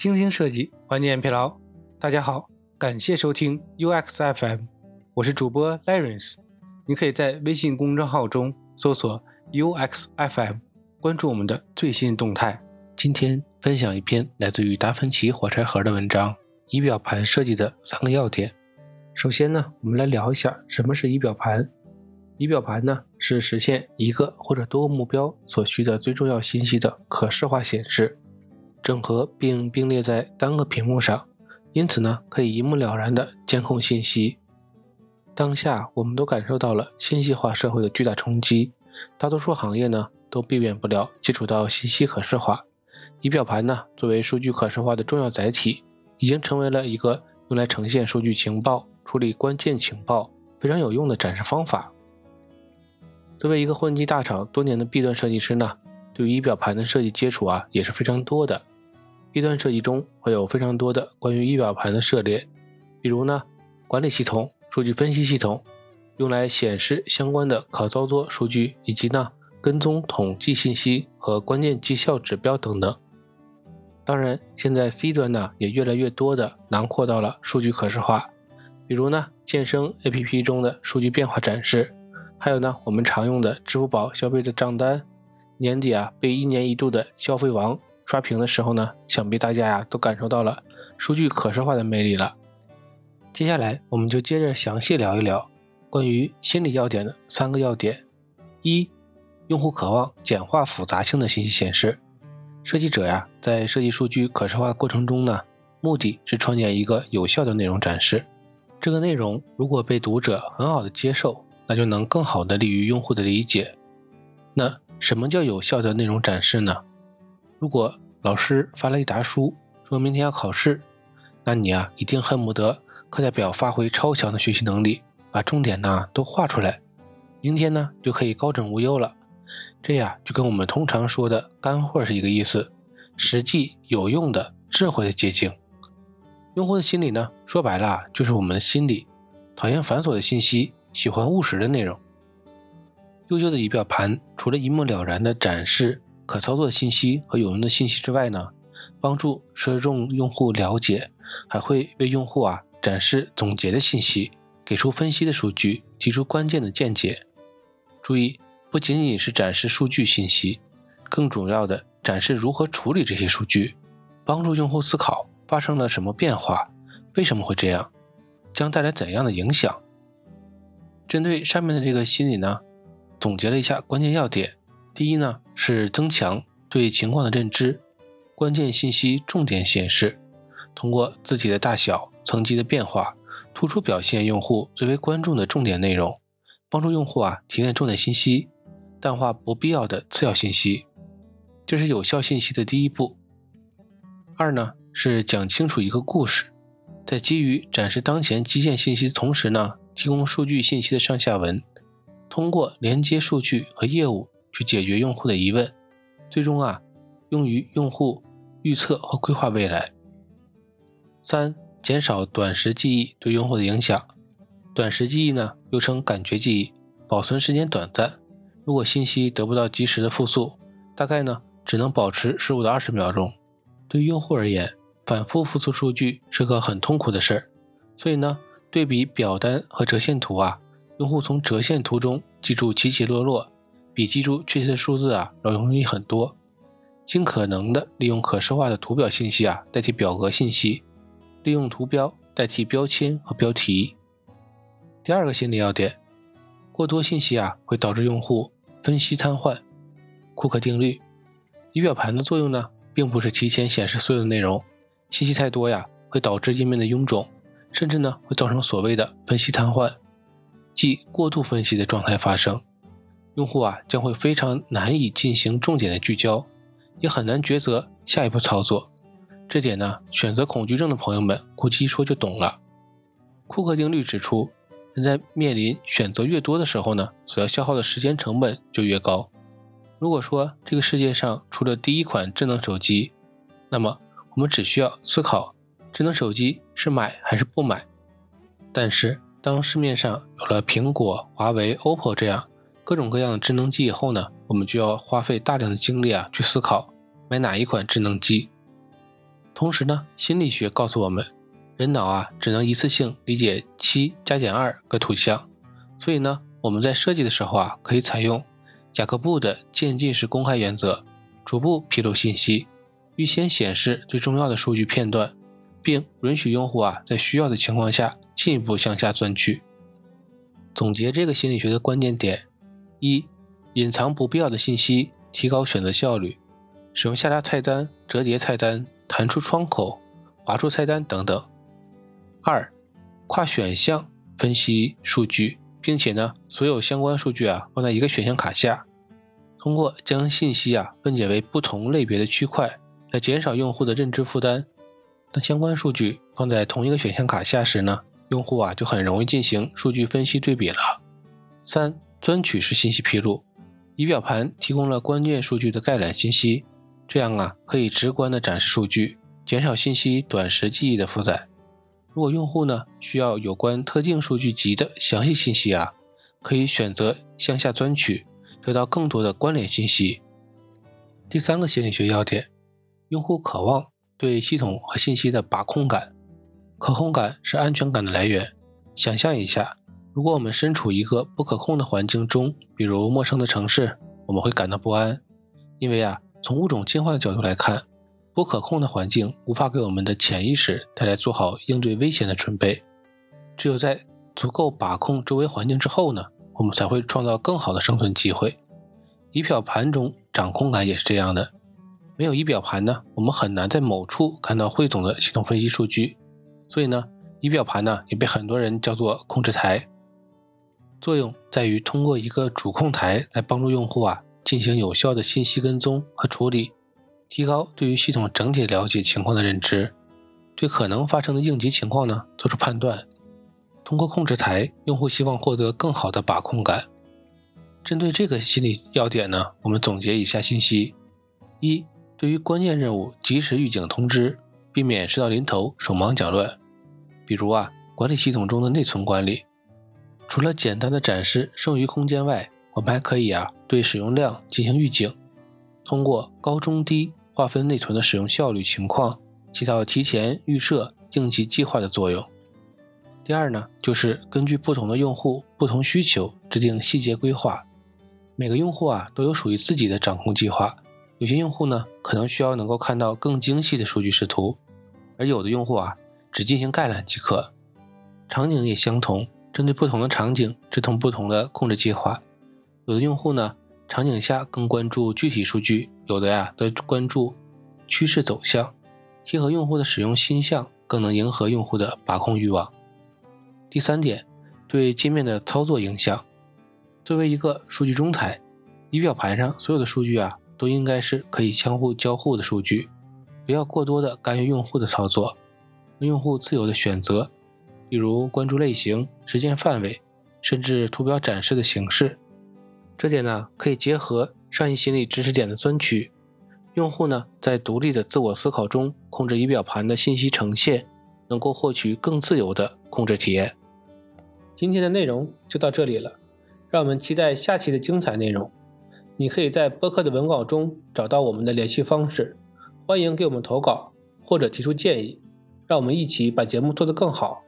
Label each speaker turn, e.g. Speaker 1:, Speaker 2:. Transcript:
Speaker 1: 精心设计，缓解疲劳。大家好，感谢收听 UXFM， 我是主播 Lawrence。你可以在微信公众号中搜索 UXFM， 关注我们的最新动态。今天分享一篇来自于达芬奇火柴盒的文章，仪表盘设计的3个要点。首先呢，我们来聊一下什么是仪表盘。仪表盘呢，是实现一个或者多个目标所需的最重要信息的可视化显示，整合并并列在单个屏幕上，因此呢，可以一目了然地监控信息。当下我们都感受到了信息化社会的巨大冲击，大多数行业呢都避免不了接触到信息可视化。仪表盘呢，作为数据可视化的重要载体，已经成为了一个用来呈现数据情报、处理关键情报非常有用的展示方法。作为一个混迹大厂多年的 B 端设计师呢，对于仪表盘的设计接触也是非常多的。B 端设计中会有非常多的关于仪表盘的涉猎，比如呢，管理系统、数据分析系统，用来显示相关的可操作数据，以及呢，跟踪统计信息和关键绩效指标等等。当然，现在 C 端呢也越来越多的囊括到了数据可视化，比如呢，健身 APP 中的数据变化展示，还有呢，我们常用的支付宝消费的账单，年底被1年1度的消费王刷屏的时候呢，想必大家都感受到了数据可视化的魅力了。接下来我们就接着详细聊一聊关于心理要点的3个要点。1、用户渴望简化复杂性的信息显示。设计者在设计数据可视化过程中呢，目的是创建一个有效的内容展示。这个内容如果被读者很好的接受，那就能更好的利于用户的理解。那什么叫有效的内容展示呢？如果老师发了一沓书，说明天要考试，那你一定恨不得课代表发挥超强的学习能力，把重点都画出来，明天呢就可以高枕无忧了。这就跟我们通常说的干货是一个意思，实际有用的智慧的捷径。用户的心理呢，说白了就是我们的心理，讨厌繁琐的信息，喜欢务实的内容。优秀的仪表盘除了一目了然的展示可操作的信息和有用的信息之外呢，帮助受众用户了解，还会为用户展示总结的信息，给出分析的数据，提出关键的见解。注意，不仅仅是展示数据信息，更主要的展示如何处理这些数据，帮助用户思考发生了什么变化，为什么会这样，将带来怎样的影响。针对上面的这个心理呢，总结了一下关键要点。第一呢，是增强对情况的认知，关键信息重点显示，通过字体的大小、层级的变化，突出表现用户最为关注的重点内容，帮助用户提炼重点信息，淡化不必要的次要信息，这是有效信息的第一步。2呢，是讲清楚一个故事，在基于展示当前基线信息的同时呢，提供数据信息的上下文，通过连接数据和业务去解决用户的疑问，最终用于用户预测和规划未来。3、减少短时记忆对用户的影响。短时记忆呢，又称感觉记忆，保存时间短暂，如果信息得不到及时的复述，大概呢只能保持15到20秒钟。对于用户而言，反复复述数据是个很痛苦的事儿，所以呢，对比表单和折线图用户从折线图中记住起起落落，比记住确切的数字要容易很多。尽可能的利用可视化的图表信息代替表格信息，利用图标代替标签和标题。第2个心理要点，过多信息会导致用户分析瘫痪。库克定律，仪表盘的作用呢，并不是提前显示所有的内容，信息太多会导致页面的臃肿，甚至呢会造成所谓的分析瘫痪，即过度分析的状态发生。用户将会非常难以进行重点的聚焦，也很难抉择下一步操作。这点呢，选择恐惧症的朋友们估计一说就懂了。库克定律指出，人在面临选择越多的时候呢，所要消耗的时间成本就越高。如果说这个世界上出了第一款智能手机，那么我们只需要思考智能手机是买还是不买。但是当市面上有了苹果、华为、OPPO 这样各种各样的智能机以后呢，我们就要花费大量的精力去思考买哪一款智能机。 同时呢，心理学告诉我们，人脑只能一次性理解7+2个图像，所以呢，我们在设计的时候可以采用雅各布的渐进式公开原则，逐步披露信息，预先显示最重要的数据片段，并允许用户在需要的情况下进一步向下钻取。总结这个心理学的关键点：一、隐藏不必要的信息，提高选择效率，使用下拉菜单、折叠菜单、弹出窗口、划出菜单等等。二、跨选项分析数据，并且呢，所有相关数据放在一个选项卡下，通过将信息分解为不同类别的区块，来减少用户的认知负担。当相关数据放在同一个选项卡下时呢，用户就很容易进行数据分析对比了。三、钻取式信息披露，仪表盘提供了关键数据的概览信息，这样可以直观地展示数据，减少信息短时记忆的负载。如果用户呢需要有关特定数据集的详细信息可以选择向下钻取，得到更多的关联信息。第三个心理学要点，用户渴望对系统和信息的把控感。可控感是安全感的来源。想象一下，如果我们身处一个不可控的环境中，比如陌生的城市，我们会感到不安，因为从物种进化的角度来看，不可控的环境无法给我们的潜意识带来做好应对危险的准备。只有在足够把控周围环境之后呢，我们才会创造更好的生存机会。仪表盘中掌控感也是这样的。没有仪表盘呢，我们很难在某处看到汇总的系统分析数据。所以呢，仪表盘呢也被很多人叫做控制台。作用在于通过一个主控台来帮助用户进行有效的信息跟踪和处理，提高对于系统整体了解情况的认知，对可能发生的应急情况呢做出判断。通过控制台，用户希望获得更好的把控感。针对这个心理要点呢，我们总结以下信息：一、对于关键任务及时预警通知，避免事到临头手忙脚乱。比如管理系统中的内存管理，除了简单的展示剩余空间外，我们还可以对使用量进行预警，通过高中低划分内存的使用效率情况，起到提前预设应急计划的作用。第二呢，就是根据不同的用户不同需求制定细节规划。每个用户都有属于自己的掌控计划，有些用户呢可能需要能够看到更精细的数据视图，而有的用户只进行概览即可。场景也相同，针对不同的场景制定不同的控制计划。有的用户呢场景下更关注具体数据，有的则关注趋势走向，贴合用户的使用心象，更能迎合用户的把控欲望。第三点，对界面的操作影响。作为一个数据中台，仪表盘上所有的数据都应该是可以相互交互的数据，不要过多的干预用户的操作，让用户自由的选择，比如关注类型、时间范围，甚至图表展示的形式。这点呢可以结合上一心理知识点的钻取，用户呢在独立的自我思考中控制仪表盘的信息呈现，能够获取更自由的控制体验。今天的内容就到这里了，让我们期待下期的精彩内容。你可以在播客的文稿中找到我们的联系方式，欢迎给我们投稿或者提出建议，让我们一起把节目做得更好。